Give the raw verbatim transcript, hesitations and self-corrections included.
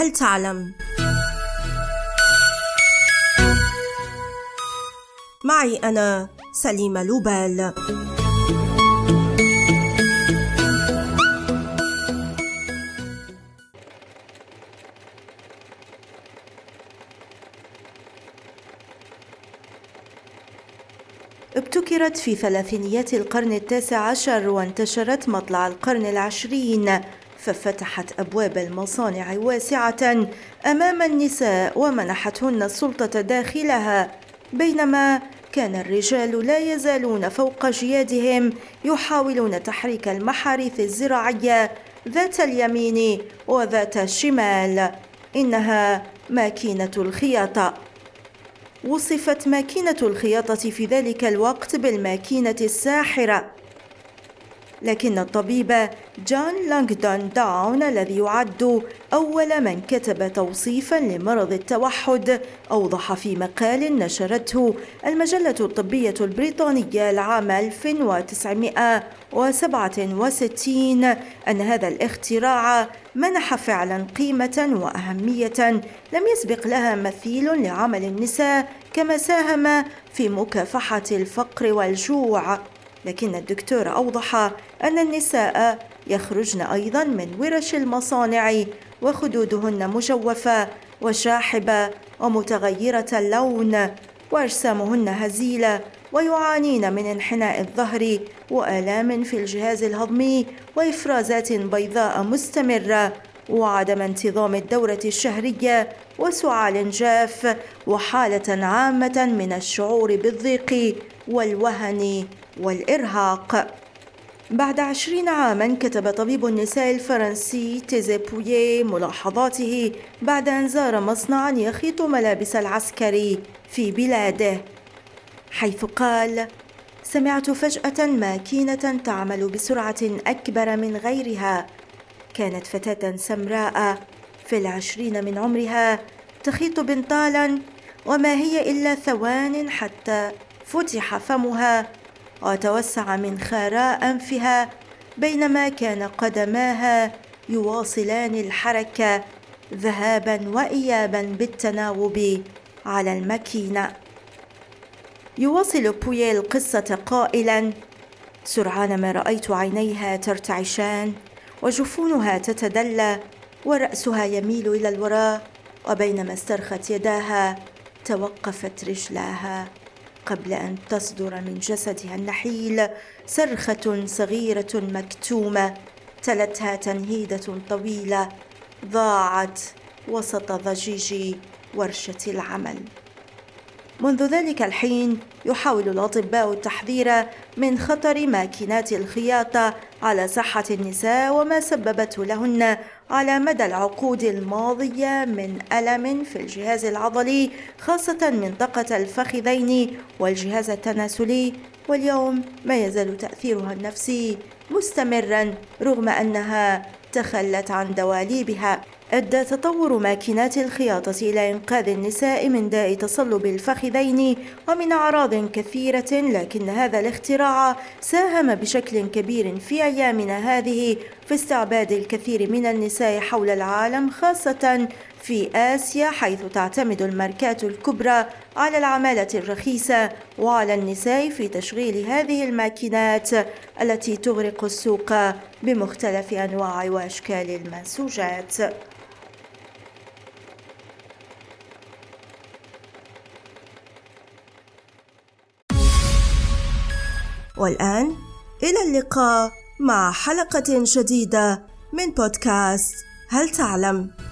هل تعلم؟ معي أنا سليمة لوبال. ابتكرت في ثلاثينيات القرن التاسع عشر وانتشرت مطلع القرن العشرين، ففتحت أبواب المصانع واسعة أمام النساء ومنحتهن السلطة داخلها، بينما كان الرجال لا يزالون فوق جيادهم يحاولون تحريك المحاريث الزراعية ذات اليمين وذات الشمال. إنها ماكينة الخياطة. وصفت ماكينة الخياطة في ذلك الوقت بالماكينة الساحرة، لكن الطبيب جون لانغدون داون الذي يعد أول من كتب توصيفا لمرض التوحد أوضح في مقال نشرته المجلة الطبية البريطانية العام ألف وتسعمائة وسبعة وستين أن هذا الاختراع منح فعلا قيمة وأهمية لم يسبق لها مثيل لعمل النساء، كما ساهم في مكافحة الفقر والجوع. لكن الدكتور أوضح أن النساء يخرجن أيضا من ورش المصانع وخدودهن مجوفة وشاحبة ومتغيرة اللون وأجسامهن هزيلة، ويعانين من انحناء الظهر وآلام في الجهاز الهضمي وإفرازات بيضاء مستمرة وعدم انتظام الدورة الشهرية وسعال جاف وحالة عامة من الشعور بالضيق والوهن والإرهاق. بعد عشرين عاما كتب طبيب النساء الفرنسي تيزي بويه ملاحظاته بعد أن زار مصنعا يخيط ملابس العسكري في بلاده، حيث قال: سمعت فجأة ماكينة تعمل بسرعة أكبر من غيرها. كانت فتاة سمراء في العشرين من عمرها تخيط بنطالا، وما هي إلا ثوان حتى فتح فمها وتوسع منخاراء أنفها، بينما كان قدماها يواصلان الحركة ذهابا وإيابا بالتناوب على الماكينة. يواصل بويه القصة قائلا: سرعان ما رأيت عينيها ترتعشان وجفونها تتدلى ورأسها يميل إلى الوراء، وبينما استرخت يداها توقفت رجلاها قبل أن تصدر من جسدها النحيل صرخة صغيرة مكتومة تلتها تنهيدة طويلة ضاعت وسط ضجيج ورشة العمل. منذ ذلك الحين يحاول الأطباء التحذير من خطر ماكينات الخياطة على صحة النساء وما سببته لهن على مدى العقود الماضية من ألم في الجهاز العضلي، خاصة منطقة الفخذين والجهاز التناسلي، واليوم ما يزال تأثيرها النفسي مستمرا رغم أنها تخلت عن دواليبها. أدى تطور ماكينات الخياطة إلى إنقاذ النساء من داء تصلب الفخذين ومن أعراض كثيرة، لكن هذا الاختراع ساهم بشكل كبير في أيامنا هذه في استعباد الكثير من النساء حول العالم، خاصة في آسيا، حيث تعتمد الماركات الكبرى على العمالة الرخيصة وعلى النساء في تشغيل هذه الماكينات التي تغرق السوق بمختلف أنواع وأشكال المنسوجات. والآن إلى اللقاء مع حلقة جديدة من بودكاست هل تعلم؟